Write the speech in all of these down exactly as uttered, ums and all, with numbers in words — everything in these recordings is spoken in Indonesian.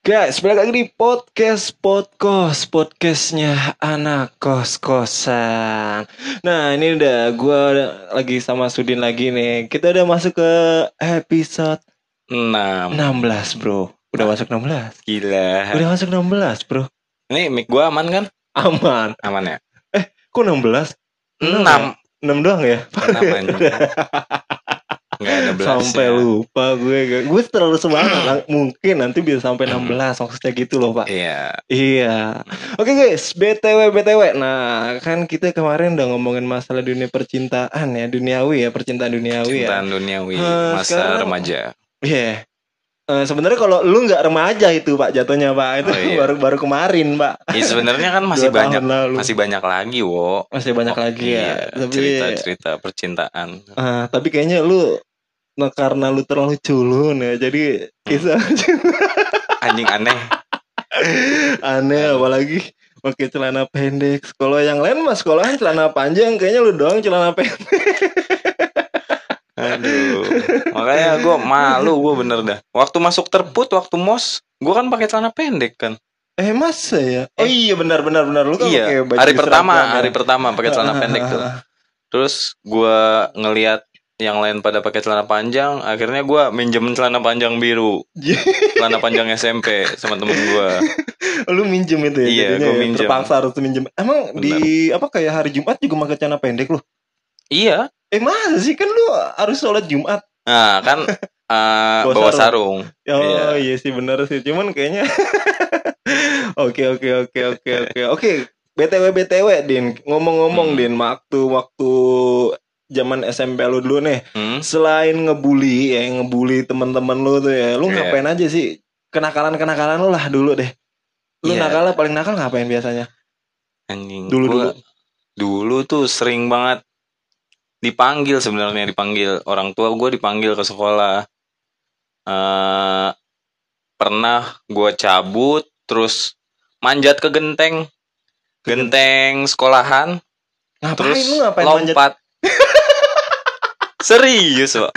Guys, balik lagi di podcast Podkos, podcastnya anak kos-kosan. Nah, ini udah gue lagi sama Sudin lagi nih. Kita udah masuk ke episode enam enam belas, bro. Udah masuk enam belas. Gila. Udah masuk enam belas, bro. Ini mic gue aman kan? Aman. Aman ya? Eh, kok enam belas? enam enam doang ya? enam aja. Enggak ada belas. Sampai ya. lupa gue. Gue terlalu semangat. Mungkin nanti bisa sampai enam belas, maksudnya gitu loh, Pak. Iya. Iya. Oke guys, B T W B T W. Nah, kan kita kemarin udah ngomongin masalah dunia percintaan ya, duniawi ya, percintaan duniawi Cintaan ya. duniawi Uh, masa sekarang- remaja. Iya. Yeah. Uh, sebenarnya kalau lu nggak remaja itu Pak jatuhnya Pak itu Oh, iya. baru baru kemarin Pak. Ya sebenarnya kan masih Dua banyak tahun lalu. masih banyak lagi, wo. Masih banyak Oh, lagi iya. ya. Tapi Cerita-cerita percintaan. uh, tapi kayaknya lu nah, karena lu terlalu culun ya, jadi kisah Anjing aneh. aneh apalagi pakai celana pendek. Kalau yang lain mah sekolahan celana panjang, kayaknya lu doang celana pendek. Aduh. Makanya gue malu, gue bener dah. Waktu masuk terput, waktu mos, gue kan pakai celana pendek kan. Eh masa ya? Oh iya benar benar benar lu kan Iya. pakai baju Hari pertama, seragam ya. hari pertama pakai celana pendek tuh. Terus gue ngelihat yang lain pada pakai celana panjang, akhirnya gue minjem celana panjang biru, celana panjang S M P sama temen gue. Lu minjem itu ya? Iya, jadinya gua ya, minjem. terpaksa harus minjem. Emang Benar. di apa kayak hari Jumat juga pakai celana pendek lu? Iya. Eh masa sih, kan lu harus sholat Jumat. Nah kan uh, Bawa bawa sarung. Oh Iya. iya sih benar sih. Cuman kayaknya Oke oke oke oke oke oke. B T W B T W Din, ngomong-ngomong Hmm. Din, waktu waktu zaman S M P lu dulu nih, Hmm? selain ngebully ya, ngebully teman-teman lu tuh ya, lu Iya. ngapain aja sih? Kenakalan-kenakalan lu lah dulu deh. Lu Iya. nakal paling nakal ngapain biasanya? Anjing. Dulu, Gua dulu tuh sering banget dipanggil, sebenarnya dipanggil orang tua gue, dipanggil ke sekolah. Uh, pernah gue cabut terus manjat ke genteng genteng sekolahan, Ngapain terus lu ngapain manjat? lompat. Serius, Pak.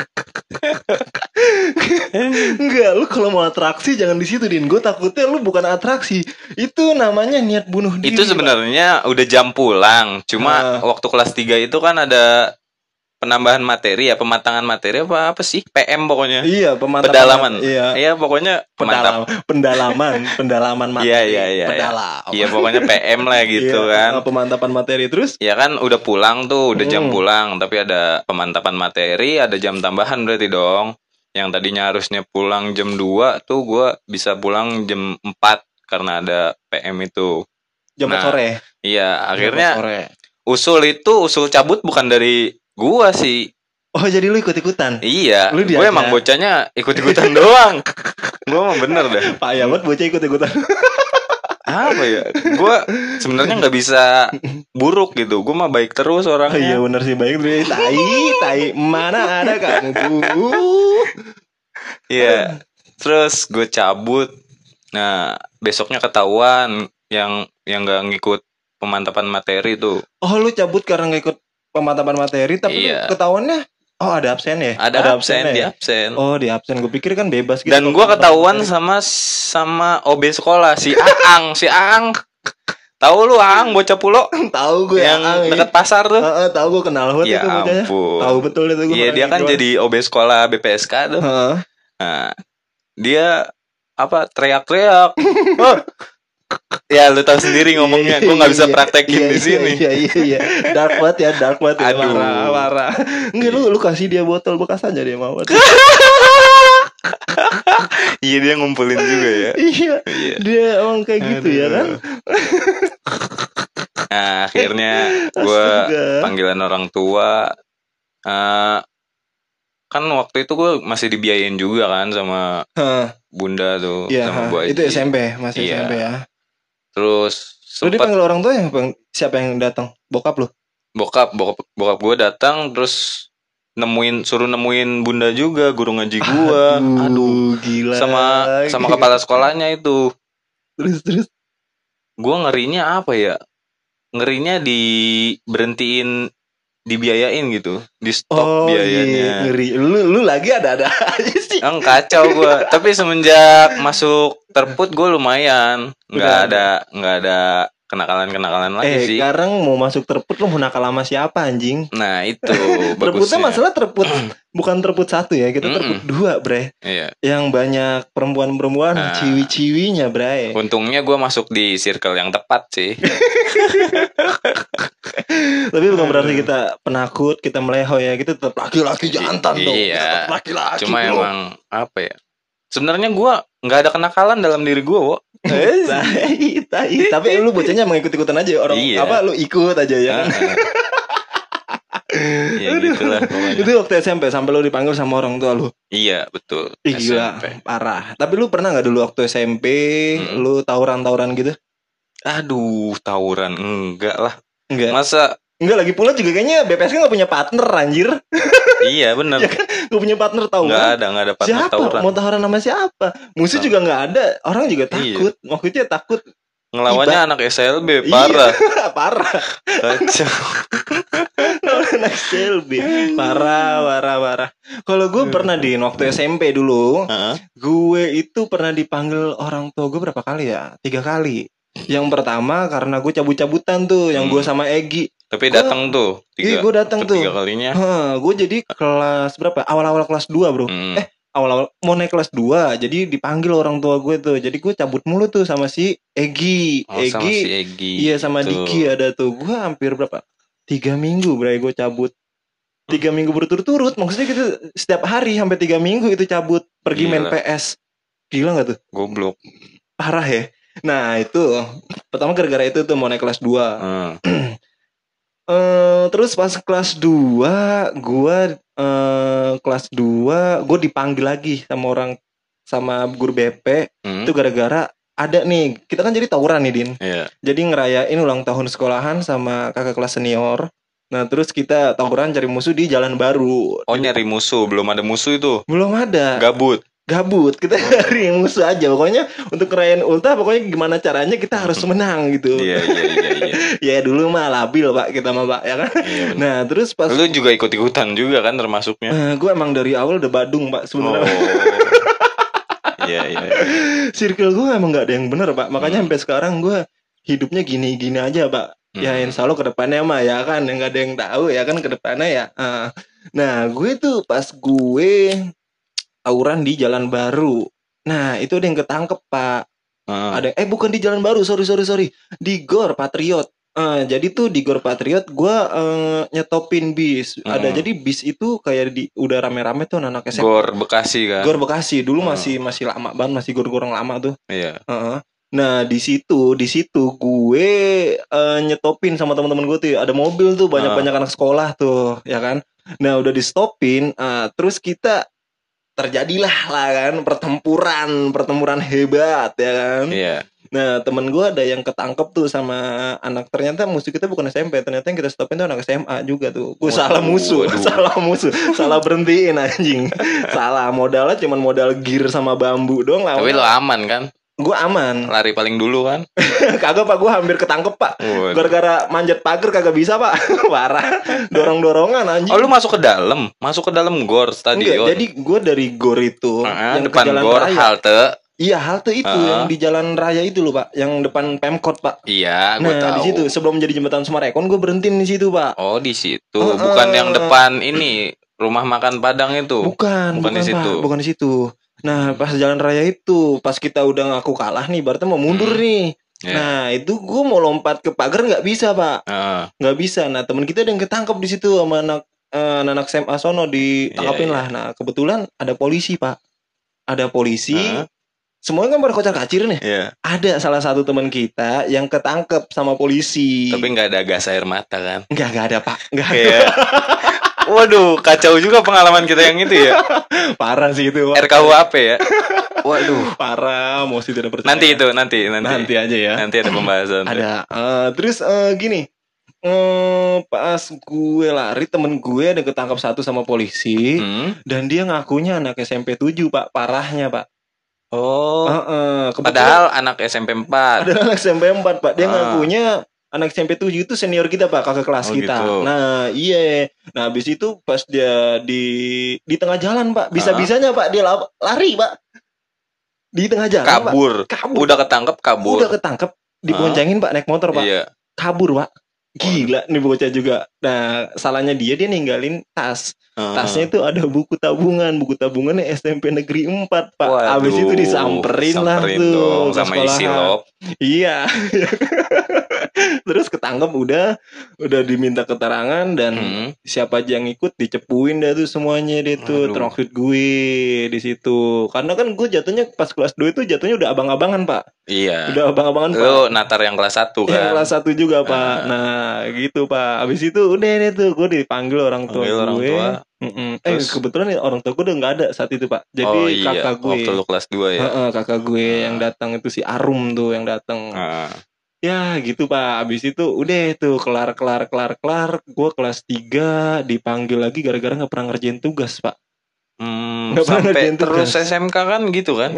Enggak, lu kalau mau atraksi jangan di situ Din. Gue takutnya lu bukan atraksi. Itu namanya niat bunuh diri. Itu sebenarnya udah jam pulang. Ah. Cuma waktu kelas tiga itu kan ada penambahan materi ya, pematangan materi apa apa sih? P M pokoknya. Iya, pemantapan. Pedalaman. Iya. Iya, pokoknya Pendalam, pemantap. pendalaman, pendalaman materi. Iya, iya, iya. Pendalam. Iya, pokoknya P M lah gitu Iya, kan. pemantapan materi terus. Ya kan udah pulang tuh, udah jam Hmm. pulang, tapi ada pemantapan materi, ada jam tambahan berarti dong. Yang tadinya harusnya pulang jam dua tuh gue bisa pulang jam empat karena ada P M itu. Jam Nah, sore. Iya, Jam akhirnya sore. usul itu, usul cabut bukan dari gua sih. Oh, jadi lu ikut-ikutan. Iya, Lu gue diajak. emang bocahnya ikut-ikutan doang. Gue emang bener deh. Pak Yamat bocah ikut-ikutan. Apa ya? Gue sebenarnya nggak bisa buruk gitu. Gue mah baik terus Oh, iya orangnya. benar sih, baik dulu. Tai, tai, mana ada kamu? Iya. Terus gue cabut. Nah, besoknya ketahuan yang yang nggak ngikut pemantapan materi tuh. Oh, lu cabut karena nggak ikut pemantapan materi, tapi Iya. ketahuannya oh ada absen ya? Ada, absen, absennya di ya? absen. Oh, di absen. Gue pikir kan bebas gitu. Dan gue ketahuan sama sama O B sekolah, si Aang, si Aang. Tahu lu Aang, bocah pulo tahu gue yang dekat pasar tuh. Heeh, tahu gue kenal banget Ya itu bocahnya. ampun. Tahu betul itu gue. Iya, dia kan jadi O B sekolah B P S K tuh. Heeh. Nah, dia apa teriak-teriak. Oh. Ya lu tahu sendiri ngomongnya, gue nggak bisa praktekin iya, di sini. Iya iya iya. Dark banget ya, dark banget ya. Aduh. Marah, marah. Enggak, lu lu kasih dia botol bekas aja dia mau. Iya, dia ngumpulin juga ya. Iya. Iya. Dia emang kayak gitu ya kan? Nah, akhirnya gue Astaga. panggilan orang tua. Eh, kan waktu itu gue masih dibiayain juga kan sama Hah, bunda tuh, iya, sama hah. Bu Aji. Itu S M P, masih Iya. S M P ya. Terus Lu sempet dipanggil orang tua yang peng- siapa yang datang? Bokap lu? bokap bokap bokap gue datang, terus nemuin suruh nemuin bunda juga, guru ngaji gue. Aduh, gila. sama sama kepala sekolahnya itu. Terus terus. Gue ngerinya apa ya? Ngerinya di berhentiin dibiayain gitu, di stop Oh iya, biayanya. ngeri. Lu lu lagi ada-ada aja sih. Yang kacau gue. Tapi semenjak masuk terput gue lumayan, nggak Udah ada nggak ada kenakalan-kenakalan lagi Eh, sih. sekarang mau masuk terput lu mau nakal sama siapa anjing? Nah itu Terputnya bagusnya. masalah terput bukan terput satu ya, kita terput Mm-mm. dua, bre. Iya. Yang banyak perempuan-perempuan, Nah. ciwi-ciwinya, bre. Untungnya gue masuk di circle yang tepat sih. Tapi bukan berarti kita penakut, kita melehoy ya. Kita tetap laki-laki jantan dong. Iya. Tetap laki-laki. Cuma bro. emang apa ya? Sebenarnya gue nggak ada kenakalan dalam diri gue, wo. Eh, tai, tai. Tapi lu bocahnya emang ikut-ikutan aja orang Iya. apa lu ikut aja ya kan. Ya gitulah pokoknya. Itu waktu S M P sampai lu dipanggil sama orang tua lu. Iya betul. Ih, gila, S M P. parah. Tapi lu pernah nggak dulu waktu S M P Mm-mm. lu tawuran-tawuran gitu? Aduh, tawuran enggak lah. Enggak. Masa Enggak, lagi pula juga kayaknya B P S kan nggak punya partner anjir. iya bener. Ya kan, nggak punya partner tawuran. Nggak ada, nggak ada partner Siapa tawuran. mau tawuran sama siapa? Musuh Sama. juga nggak ada. Orang juga Iya. takut. Maksudnya takut. Ngelawannya Iba. anak S L B, parah. Iya, parah. Kacau. Anak S L B. Parah, parah, parah. Kalau gue pernah di waktu S M P dulu, Heeh. gue itu pernah dipanggil orang tua gue berapa kali ya? Tiga kali. Yang pertama karena gue cabut-cabutan tuh, yang gue Hmm. sama Egi. Tapi Gua- datang tuh. Iya, gue datang tuh. Tiga kalinya. Hah, gue jadi kelas berapa? Awal-awal kelas dua, bro. Hmm. Eh, awal-awal mau naik kelas dua, jadi dipanggil orang tua gue tuh. Jadi gue cabut mulu tuh sama si Egi. Oh, sama Egi. si Egi. Iya, sama Tuh. Diki ada tuh. Gue hampir berapa? Tiga minggu, bray, gue cabut. Tiga minggu berturut-turut. Maksudnya kita setiap hari sampai tiga minggu itu cabut pergi main Gila. P S. Gila nggak tuh? Goblok. Parah ya. Nah itu pertama gara-gara itu tuh mau naik kelas dua. Hmm. Eh, terus pas kelas dua, gua eh, kelas dua, gue dipanggil lagi sama orang sama guru B P. Hmm. Itu gara-gara ada nih, kita kan jadi tawuran nih, Din. Iya. Jadi ngerayain ulang tahun sekolahan sama kakak kelas senior. Nah, terus kita tawuran cari musuh di Jalan Baru. Oh, nyari musuh, belum ada musuh itu. Belum ada. Gabut. Gabut, kita cari musuh aja. Pokoknya untuk ngerayain ultah, pokoknya gimana caranya kita harus menang gitu. Iya, iya, iya, iya. Ya dulu mah labil, Pak, kita mah, Pak, ya kan. Iya, bener. Nah, terus pas Lu juga ikut-ikutan juga kan termasuknya. Eh, gue emang dari awal udah badung, Pak, Oh. sebenarnya. Iya, iya. Circle gue emang gak ada yang bener, Pak. Makanya Hmm. sampai sekarang gue hidupnya gini-gini aja, Pak. Ya Hmm. insya Allah ke depannya mah ya kan, yang gak ada yang tahu ya kan ke depannya ya. Ah. Nah, gue tuh pas gue tawuran di Jalan Baru. Nah, itu ada yang ketangkep, Pak. Heeh. Ada eh bukan di Jalan Baru, sorry sorry sorry. Di Gor Patriot. Eh, jadi tuh di Gor Patriot gue eh, nyetopin bis. Ada Hmm. jadi bis itu kayak di udah rame-rame tuh anak S M P. Gor Bekasi kan. Gor Bekasi dulu Hmm. masih masih lama banget, masih gor-gor yang lama tuh. Iya. Heeh. Nah di situ di situ gue eh, nyetopin sama teman-teman gue tuh ada mobil tuh banyak-banyak anak sekolah tuh ya kan. Nah udah di stopin, eh, terus kita terjadilah lah kan pertempuran pertempuran hebat ya kan. Iya. Nah temen gue ada yang ketangkep tuh sama anak, ternyata musuh kita bukan S M P, ternyata yang kita stopin tuh anak S M A juga tuh. Gue Waduh, salah musuh, waduh. salah musuh, salah berhentiin anjing. Salah, modalnya cuman modal gear sama bambu doang lah. Tapi lo aman kan? Gue aman. Lari paling dulu kan? Kagak, Pak, gue hampir ketangkep, Pak. Waduh. Gara-gara manjat pagar kagak bisa, Pak. Parah. Dorong-dorongan anjing. Oh, lu masuk ke dalam? Masuk ke dalam gor stadion? Enggak, jadi gue dari gor itu Heeh, yang depan ke jalan gor raya. halte. Iya, halte itu Heeh. yang di jalan raya itu loh, Pak, yang depan Pemkot, Pak. Iya, gue Nah, tahu. di situ sebelum jadi jembatan Sumarekon gue berhentiin di situ, Pak. Oh, di situ. Heeh. Bukan yang depan ini, rumah makan Padang itu. Bukan, bukan, bukan di situ. Pak, bukan di situ. Nah, pas jalan raya itu, pas kita udah ngaku kalah nih, berarti mau mundur Hmm. nih. Iya. Nah, itu gue mau lompat ke pagar nggak bisa, Pak. Heeh. Nggak bisa. Nah, teman kita ada yang ketangkep di situ sama anak eh, anak S M A sono ditangkapin Iya, lah. Nah, kebetulan ada polisi, Pak. Ada polisi. Heeh. Semuanya kan pada kocar-kacir nih. Iya. Ada salah satu teman kita yang ketangkep sama polisi. Tapi nggak ada gas air mata kan? Nggak, nggak ada, Pak. Nggak ada. Kayak, waduh, kacau juga pengalaman kita yang itu ya. Parah sih itu, Pak. R K U H P ya. Waduh. Parah, mesti tidak percaya. Nanti itu, nanti, nanti. Nanti aja ya. Nanti ada pembahasan. Ada. Eh, terus eh, gini. Eh, pas gue lari, temen gue ada ketangkap satu sama polisi. Hmm? Dan dia ngakunya anak S M P tujuh, Pak. Parahnya, Pak. Oh. Heeh, kebetulan Padahal anak S M P empat. ada anak S M P empat, Pak. Dia Ah. ngakunya anak S M P tujuh itu senior kita Pak, kakak kelas Oh, kita. gitu. Nah iya, nah habis itu pas dia di di tengah jalan Pak, bisa-bisanya Pak dia la- lari Pak di tengah jalan Kabur. Pak. Kabur. Udah ketangkep kabur. Udah ketangkep, diboncengin Pak naik motor Pak. Iya. Kabur Pak. Gila nih bocah juga. Nah salahnya dia dia ninggalin tas. Heeh. Tasnya itu ada buku tabungan. Buku tabungannya S M P Negeri empat Pak. Waduh, Abis itu disamperin lah samperin tuh dong ke sama sekolahan. isi lop. Iya. Terus ketangkep udah udah diminta keterangan dan Hmm. siapa aja yang ikut dicepuin dah tuh semuanya dia tuh Aduh. termaksud gue di situ. Karena kan gue jatuhnya pas kelas dua itu jatuhnya udah abang-abangan Pak. Iya. Udah abang-abangan Pak. Lu natar yang kelas satu Yang kan. kelas satu juga Pak. Ah. Nah gitu Pak. Abis itu udah deh tuh gue dipanggil orang tua Panggil gue. orang tua. Mm-mm. Eh Terus? kebetulan nih orang tua gue udah nggak ada saat itu Pak. Jadi Oh iya, kakak gue. waktu lu kelas dua ya. Heeh, kakak gue Ah. yang datang itu si Arum tuh yang datang. Ah. Ya gitu Pak. Abis itu udah tuh kelar kelar kelar kelar. Gue kelas tiga dipanggil lagi gara-gara nggak pernah ngerjain tugas Pak. Hmm, Nggak pernah sampai ngerjain terus tugas. S M K kan gitu kan?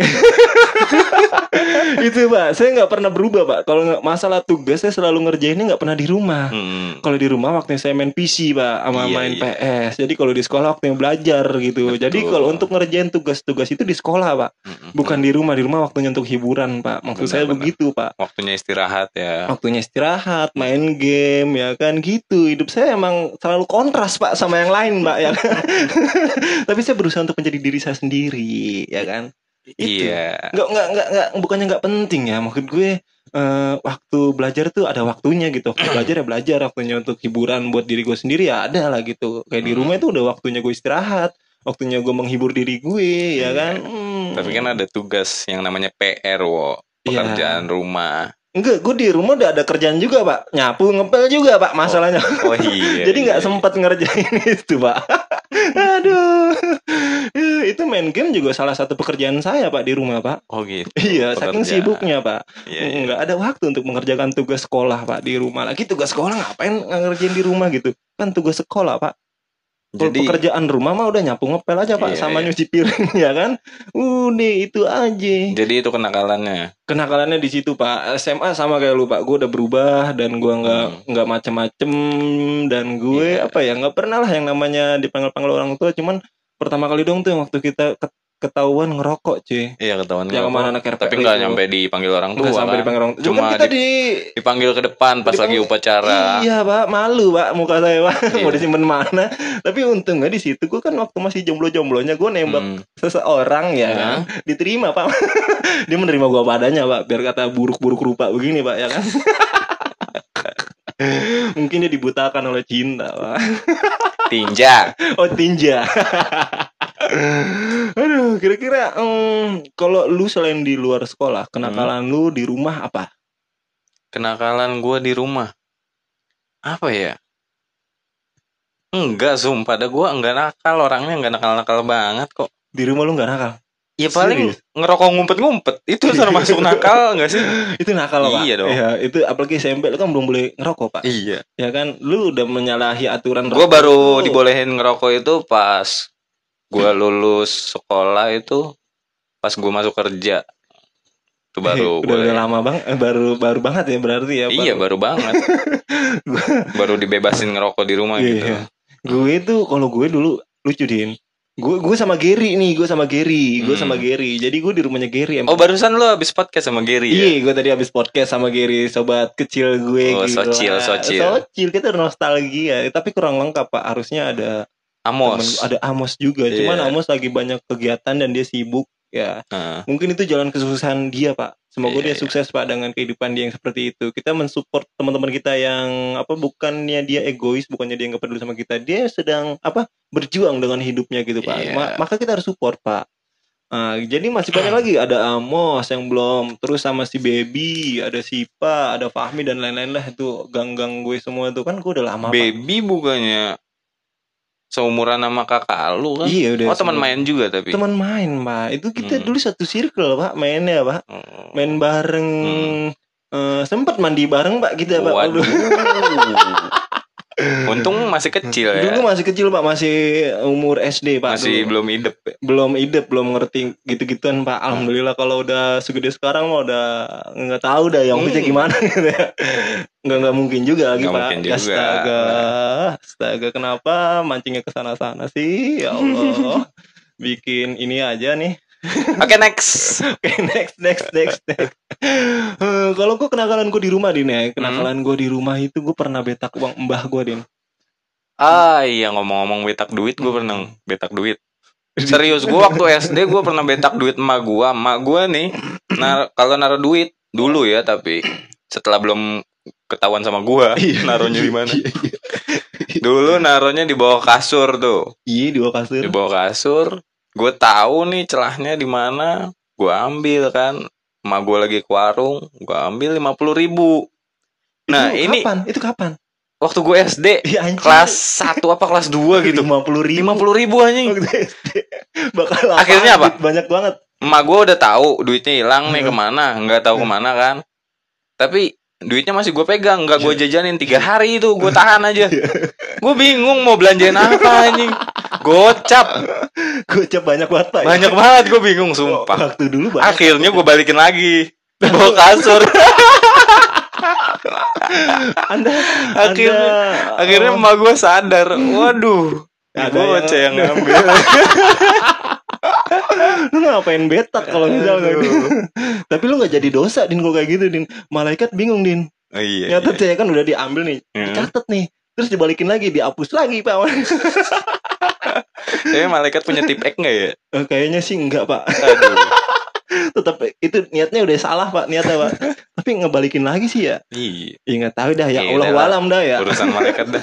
Itu Pak. Saya nggak pernah berubah Pak. Kalau nggak masalah tugas saya selalu ngerjainnya nggak pernah di rumah. Hmm. Kalau di rumah waktunya saya main P C Pak, sama Iya, main iya. P S. Jadi kalau di sekolah waktunya belajar gitu. Betul. Jadi kalau untuk ngerjain tugas-tugas itu di sekolah Pak, Mm-mm. bukan di rumah. Di rumah waktunya untuk hiburan Pak. Maksud Benar, saya benar. begitu Pak. Waktunya istirahat ya. Waktunya istirahat, main game ya kan gitu. Hidup saya emang selalu kontras Pak sama yang lain Pak ya kan. Tapi saya berusaha untuk menjadi diri saya sendiri ya kan. Itu. Iya. Nggak nggak nggak nggak bukannya nggak penting ya. Maksud gue eh, waktu belajar tuh ada waktunya gitu. Waktu belajar ya belajar, waktunya untuk hiburan buat diri gue sendiri ya ada lah gitu. Kayak di Hmm. rumah itu udah waktunya gue istirahat, waktunya gue menghibur diri gue ya Iya. kan. Hmm. Tapi kan ada tugas yang namanya P R, wo. Iya. Pekerjaan rumah. Enggak, gue di rumah udah ada kerjaan juga Pak. Nyapu, ngepel juga Pak masalahnya. Oh iya. Jadi nggak iya. sempat ngerjain itu Pak. Aduh. Eh, Itu main game juga salah satu pekerjaan saya Pak di rumah Pak. Oh gitu. Iya, saking Pekerjaan. sibuknya Pak. Iya, iya. Nggak ada waktu untuk mengerjakan tugas sekolah Pak di rumah. Lagi tugas sekolah ngapain ngerjain di rumah gitu? Kan tugas sekolah Pak. Kalau Jadi pekerjaan rumah mah udah nyapu ngepel aja Pak, Iya, sama iya. nyuci piring ya kan. Udah itu aja. jadi itu kenakalannya. Kenakalannya di situ Pak. S M A sama kayak lu Pak. Gue udah berubah dan gue nggak Hmm. nggak macem-macem dan gue Iya. apa ya nggak pernah lah yang namanya dipanggil-panggil orang tua. Cuman pertama kali dong tuh yang waktu kita ket- ketahuan ngerokok cuy. Iya ketahuan. Yang ngerokok. kemana anak R P U Tapi nggak itu. nyampe dipanggil orang tua. Nggak sampai kan? dipanggil orang tua. Cuma Cuma kita di- di dipanggil ke depan pas lagi Dipanggil- upacara. Iya Pak, malu Pak muka saya Pak. Iya. Mau disimpan mana? Tapi untungnya di situ gue kan waktu masih jomblo-jomblonya gue nembak Hmm. seseorang ya, Ya. kan? Diterima Pak. Dia menerima gue padanya Pak, biar kata buruk-buruk rupa begini Pak ya kan. Mungkin dia dibutakan oleh cinta Pak. Tinja. Oh tinja. Aduh, kira-kira em, kalau lu selain di luar sekolah, kenakalan lu di rumah apa? Kenakalan gue di rumah. Apa ya? Enggak, sumpah. Dah gue enggak nakal. Orangnya enggak nakal-nakal banget kok. Di rumah lu nggak nakal? Ya paling Serius? ngerokok ngumpet-ngumpet. Itu termasuk nakal enggak sih? Itu nakal Pak. Iya dong. Iya, itu apalagi S M P lu kan belum boleh ngerokok Pak. Iya. Ya kan, lu udah menyalahi aturan. Gue rokok baru itu. dibolehin ngerokok itu pas gue lulus sekolah itu, pas gue masuk kerja. Itu baru udah, boleh. udah lama bang, eh, baru baru banget ya berarti ya. Iya baru banget. Baru dibebasin ngerokok di rumah gitu. Iya. Gue tuh kalau gue dulu lucu Din. Gue gue sama Gary nih, gue sama Gary, gue Hmm. sama Gary. Jadi gue di rumahnya Gary. Oh barusan lo habis podcast sama Gary ya? Iya, gue tadi habis podcast sama Gary, sobat kecil gue. Oh, gila. socil, socil. Socil, kita nostalgia. Tapi kurang lengkap Pak. Harusnya ada Amos. temen- ada Amos juga. Cuman Iya. Amos lagi banyak kegiatan dan dia sibuk. Ya, Nah, mungkin itu jalan kesuksesan dia Pak. Semoga Iya, dia iya. sukses Pak dengan kehidupan dia yang seperti itu. Kita mensupport teman-teman kita yang apa bukannya dia egois, bukannya dia nggak peduli sama kita. Dia sedang apa berjuang dengan hidupnya gitu Pak. Iya. Ma- maka kita harus support Pak. Nah, jadi masih banyak lagi, ada Amos yang belum, terus sama si Baby, ada Sipa, ada Fahmi dan lain-lain lah itu gang-gang gue semua itu kan gue udah lama Pak. Baby bukannya seumuran sama kakak lu kan? Iya udah. Oh teman semua- main juga tapi. Teman main Pak. Itu kita Hmm. dulu satu circle Pak mainnya Pak. Oh. Main bareng. Hmm. Eh, sempat mandi bareng Pak kita Pak. Waduh. Untung masih kecil ya. Dulu masih kecil Pak, masih umur S D Pak. Masih dulu. belum hidup ya. Belum hidup, belum ngerti gitu-gituan Pak. Alhamdulillah kalau udah segede sekarang mah udah nggak tahu dah yang hmm. gimana gitu ya. Nggak nggak mungkin juga lagi Nggak Pak. mungkin juga. Astaga, astaga kenapa mancingnya ke sana-sana sih? Ya Allah. Bikin ini aja nih. Oke okay, next. Oke okay, next next next next. uh, Kalau gue kenakalan gue di rumah Din ya, kenakalan hmm. gue di rumah itu gue pernah betak uang mbah gue Din. Ah iya ngomong-ngomong betak duit gue pernah betak duit. Serius gue waktu S D gue pernah betak duit emak gue. Emak gue nih, nar kalau naruh duit dulu ya tapi setelah belum ketahuan sama gue naruhnya di mana. Dulu naruhnya di bawah kasur tuh. Iya di bawah kasur. Di bawah kasur. Gue tahu nih celahnya di mana, gue ambil kan. Emak gue lagi ke warung, gue ambil lima puluh ribu. Nah itu ini kapan? Itu kapan? Waktu gue S D ya, kelas satu apa kelas dua gitu. lima puluh ribu. lima puluh ribu anjing. Bakal akhirnya apa? Banyak banget. Emak gue udah tahu duitnya hilang nih kemana, nggak tahu kemana kan. Tapi duitnya masih gue pegang, nggak gue jajanin tiga hari itu, gue tahan aja. Gue bingung mau belanjain apa anjing. Gocap. Gocap banyak banget Pak. Banyak ya? Banget gue bingung sumpah. Waktu dulu banyak. Akhirnya gue balikin lagi di bawah kasur. Anda akhirnya anda, akhirnya emak gue sadar. Waduh, bocah yang ngambil. Lu ngapain betak kalau misalnya gitu. Tapi lu gak jadi dosa Din kalau kayak gitu Din. Malaikat bingung Din. Oh, iya, nyatet iya. ya kan udah diambil nih, hmm. dicatat nih, terus dibalikin lagi, dihapus lagi Pak. Tapi malaikat punya tipek gak ya? Oh, kayaknya sih enggak Pak. Aduh. Tetap itu niatnya udah salah Pak, niatnya Pak. Tapi ngebalikin lagi sih ya. Iya. Ya nggak tahu dah ya. Iya, Allah walam dah ya. Urusan malaikat dah.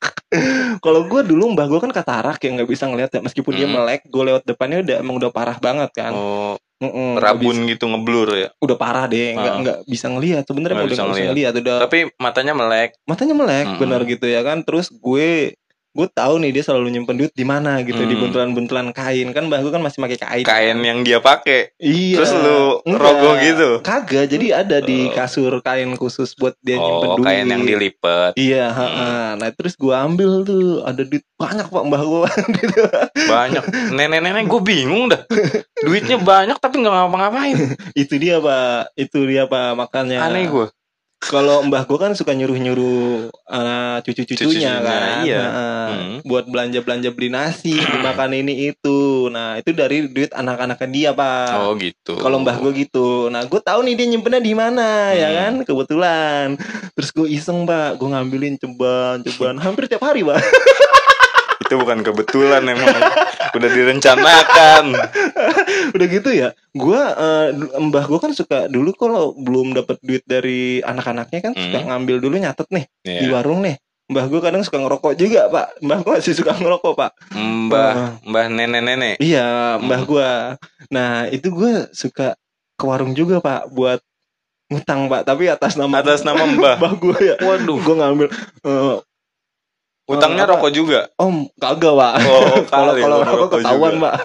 Kalau gue dulu mbah gue kan katarak ya nggak bisa ngeliat ya, meskipun hmm. dia melek, gue lewat depannya udah emang udah parah banget kan. Oh. Mm-mm, rabun gitu ngeblur ya. Udah parah deh, nggak ah. nggak bisa ngelihat sebenarnya, udah nggak bisa ngelihat udah. Tapi matanya melek. Matanya melek, hmm. benar gitu ya kan. Terus gue gue tahu nih dia selalu nyimpen duit di mana gitu, hmm. di buntelan-buntelan kain kan. Mbah gue kan masih pakai kain. Kain kan? Yang dia pakai. Iya. Terus lu rogoh gitu. Kagak, jadi ada di kasur kain khusus buat dia oh, nyimpen duit. Oh, kain yang dilipet. Iya, hmm. Nah, terus gue ambil tuh, ada duit banyak Pak mbah gue gitu. Banyak. Nenek-nenek gue bingung dah. Duitnya banyak tapi enggak ngapa-ngapain. Itu dia Pak, itu dia Pak, makanya. Aneh gue. Kalau mbah gue kan suka nyuruh-nyuruh uh, cucu-cucunya kan, iya. nah, hmm. buat belanja-belanja beli nasi, dimakan ini itu. Nah itu dari duit anak-anaknya dia Pak. Oh gitu. Kalau mbah gue gitu. Nah gue tahu nih dia nyimpennya di mana, hmm. ya kan, kebetulan. Terus gue iseng Pak, gue ngambilin ceban-ceban hampir tiap hari Pak. Itu bukan kebetulan emang, udah direncanakan. Udah gitu ya. Gue uh, mbah gue kan suka dulu kalau belum dapat duit dari anak-anaknya kan, hmm. suka ngambil dulu nyatet nih, yeah. di warung nih. Mbah gue kadang suka ngerokok juga Pak. Mbah gue masih suka ngerokok Pak. Mbah uh, mbah nenek-nenek. Iya mbah hmm. gue. Nah itu gue suka ke warung juga Pak buat ngutang Pak. Tapi atas nama atas nama mbah. Mbah gue ya. Waduh. Gue ngambil. Uh, Utangnya uh, rokok juga? Om, kagak Pak. Oh, kalau kalau rokok ketahuan Pak.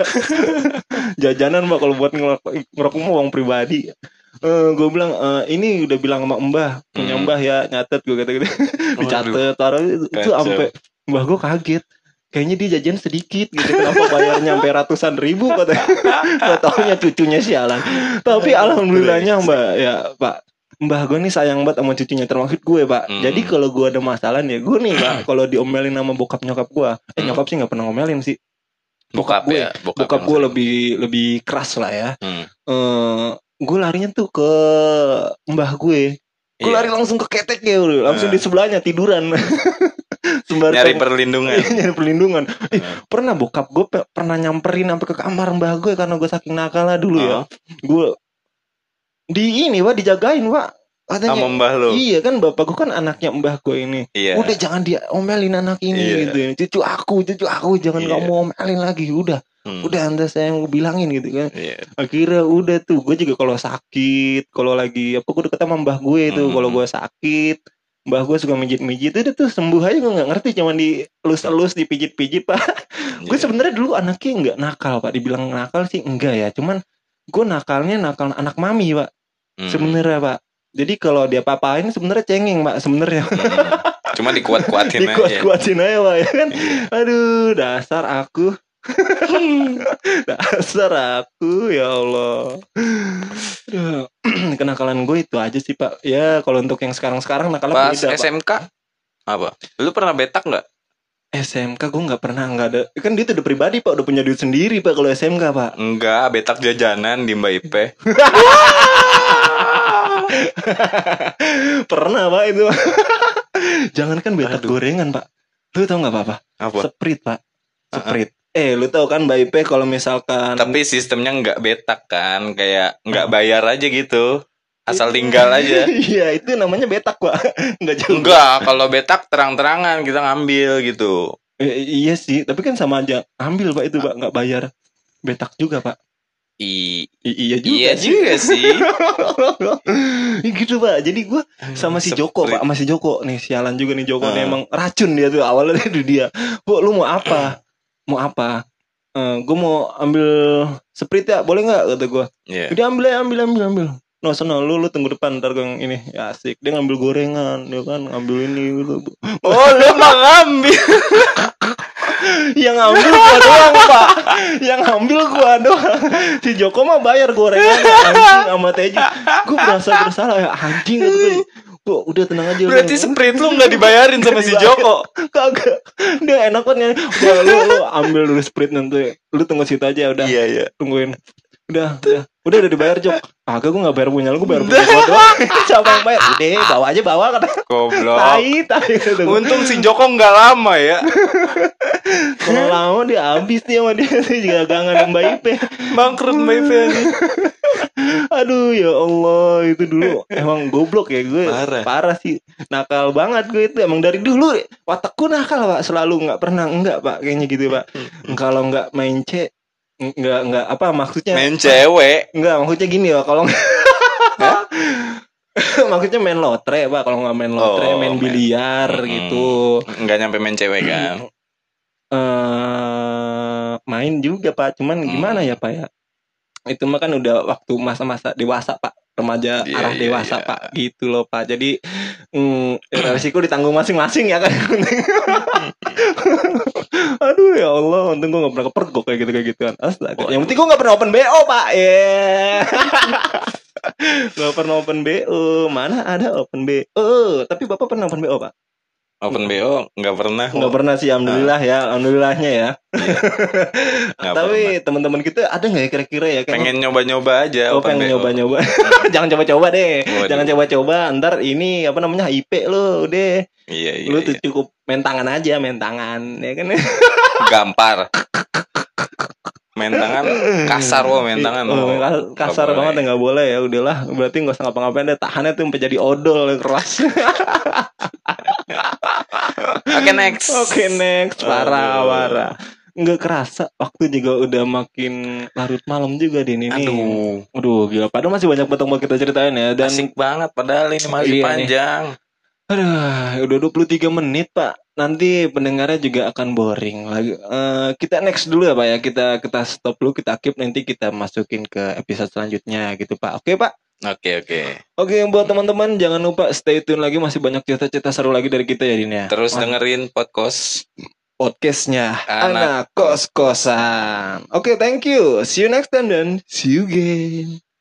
Jajanan Pak, kalau buat ngerokok, ngerokok mah uang pribadi. Uh, gue bilang uh, ini udah bilang sama mbah, punya mbah ya, nyatet gue kata-kata. Dicatet, taruh itu, itu sampai mbah gue kaget. Kayaknya dia jajan sedikit gitu, kenapa bayarnya sampai ratusan ribu katanya. Gak taunya cucunya sialan. Tapi alhamdulillahnya Mbak ya Pak, mbah gue nih sayang banget sama cucunya, termasuk gue Pak. Hmm. Jadi kalau gue ada masalah nih, gue nih Pak, kalau diomelin sama bokap nyokap gue, eh hmm. nyokap sih nggak pernah ngomelin sih. Bokap, bokap gue, ya, bokap, bokap gue lebih lebih keras lah ya. Hmm. Uh, gue larinya tuh ke mbah gue. Gue yeah. lari langsung ke keteknya, langsung uh. di sebelahnya tiduran. Nyari perlindungan. Nyari perlindungan. Eh, uh. Pernah bokap gue pe- pernah nyamperin sampai ke kamar mbah gue karena gue saking nakal lah dulu uh. ya. Gue di ini Pak, dijagain Pak. Katanya, sama mbah lo. Iya kan, bapak gue kan anaknya mbah gue ini. Iya. Udah jangan dia omelin anak ini iya. gitu ya. Cucu aku, cucu aku jangan iya. kamu omelin lagi. Udah, hmm. udah anda saya yang bilangin gitu kan. Iya. Akhirnya udah tuh, gue juga kalau sakit, kalau lagi apa, gue deket sama mbah gue itu. Hmm. Kalau gue sakit, mbah gue suka mijit-mijit. Udah tuh sembuh aja, gue nggak ngerti, cuman dielus-elus, dipijit-pijit Pak. Iya. Gue sebenarnya dulu anaknya nggak nakal Pak. Dibilang nakal sih enggak ya. Cuman gue nakalnya nakal anak mami Pak. Hmm. Sebenarnya Pak. Jadi kalau dia apa-apain sebenarnya cengeng Pak sebenarnya. Hmm. Cuma dikuat-kuatin aja. Dikuat-kuatin aja Pak ya kan. Aduh, dasar aku. Dasar aku, ya Allah. Aduh, kenakalan gue itu aja sih Pak. Ya kalau untuk yang sekarang-sekarang nakalnya Pas beda S M K Pak. Apa? Lu pernah betak nggak? S M K gue nggak pernah, nggak ada. Kan dia tuh udah pribadi Pak, udah punya duit sendiri Pak kalau S M K Pak. Enggak, betak jajanan di Mbak Ipe. Pernah Pak itu. Jangankan betak Aduh. gorengan Pak. Lu tau nggak apa-apa? Apa? Sprite Pak. Sprite. Uh-uh. Eh lu tau kan Mbak Ipe kalau misalkan. Tapi sistemnya nggak betak kan, kayak nggak bayar aja gitu. Asal tinggal aja. Iya itu namanya betak Pak. Enggak juga. Enggak, kalau betak terang-terangan kita ngambil gitu. Eh, iya sih, tapi kan sama aja. Ambil Pak itu Pak, nggak bayar. Betak juga Pak. I, I- iya juga iya sih. juga sih. Gitu Pak. Jadi gue sama si Joko Pak, sama si Joko nih sialan juga nih Joko Uh. nih, emang racun dia tuh awalnya itu dia. Bu, lu mau apa? Mau apa? Uh, gue mau ambil Sprite ya, boleh nggak kata gue. Yeah. Dia ambil ya, ambil ambil ambil. No, sono lu lu tunggu depan ntar gue yang ini ya, asik. Dia ngambil gorengan, dia kan ngambil ini gitu. Oh, lu mah ngambil. Yang ngambil gua doang Pak. Yang ngambil gua doang. Si Joko mah bayar gorengannya anjing sama Teji. Gua merasa bersalah ya anjing gitu. Gua udah tenang aja. Berarti lu. Sprite lu nggak dibayarin sama si Joko. Kagak. Dia enak kan ya. Udah lu, lu ambil dulu Sprite nanti. Lu tunggu situ aja udah. Iya iya. Tungguin. Udah, udah. Udah udah dibayar Jok. Kagak gua enggak bayar punya lu, gua bayar punya gua doang. Siapa yang bayar? Udah, bawa aja bawa kata. Goblok. Tai, tai gitu. Untung si Joko nggak lama ya. Kalau lama dia habis nih sama dia sih jagangan Mbak Ipe. Bangkrut Mbak Ipe aja. Aduh ya Allah, itu dulu emang goblok ya gue. Parah. Parah sih. Nakal banget gue itu. Emang dari dulu watakku nakal Pak, selalu enggak pernah enggak Pak kayaknya gitu Pak. Kalau enggak main C enggak enggak apa maksudnya? Main cewek. Enggak, maksudnya gini loh, kalau maksudnya main lotre Pak, kalau enggak main lotre, Oh, main main. biliar Mm-mm. gitu. Nggak nyampe main cewek kan? Eh main juga Pak, cuman Hmm. gimana ya Pak ya? Itu mah kan udah waktu masa-masa dewasa Pak, remaja Iya, arah iya, dewasa iya. Pak, gitu loh Pak. Jadi mm, resiko ditanggung masing-masing ya kan. Aduh ya Allah, untung gue gak pernah kepergok kayak gitu kayak gituan. Astaga. Yang penting gue gak pernah open B O Pak. Yeah. Gak pernah open B O. Mana ada open B O? Tapi Bapak pernah open B O Pak? Open B O nggak pernah. Nggak pernah sih, alhamdulillah ya, alhamdulillahnya ya. Nggak Tapi teman-teman kita ada nggak ya kira-kira ya? Kayak Pengen nyoba-nyoba aja. oh, open pengen B O. nyoba-nyoba. Jangan coba-coba deh. Waduh. Jangan coba-coba. Ntar ini apa namanya I P lo deh. Iya iya. Lu tuh iya. cukup main tangan aja, main tangan ya kan. Gampar. Main tangan kasar wah main tangan. Oh, kas- kasar Nggak banget ya, boleh. nggak boleh ya. Udahlah, berarti nggak usah ngapa-ngapain deh. Tahannya tuh sampai jadi odol yang keras. Oke next. Oke next, parah Aduh. parah. Nggak kerasa waktu juga udah makin larut malam juga di ini. Aduh. Aduh gila. Padahal masih banyak banget mau kita ceritain ya. Dan Asik banget padahal ini masih Iya nih. panjang. aduh, udah dua puluh tiga menit Pak. Nanti pendengarnya juga akan boring lagi. Eh, kita next dulu ya Pak ya. Kita kita stop dulu, kita keep, nanti kita masukin ke episode selanjutnya gitu Pak. Oke Pak. Oke oke. Oke buat teman-teman jangan lupa stay tune lagi, masih banyak cerita-cerita seru lagi dari kita ya Din ya. Terus Wah, dengerin podcast. podcastnya Anak Anak Kos-Kosan. Oke, thank you. See you next time dan see you again.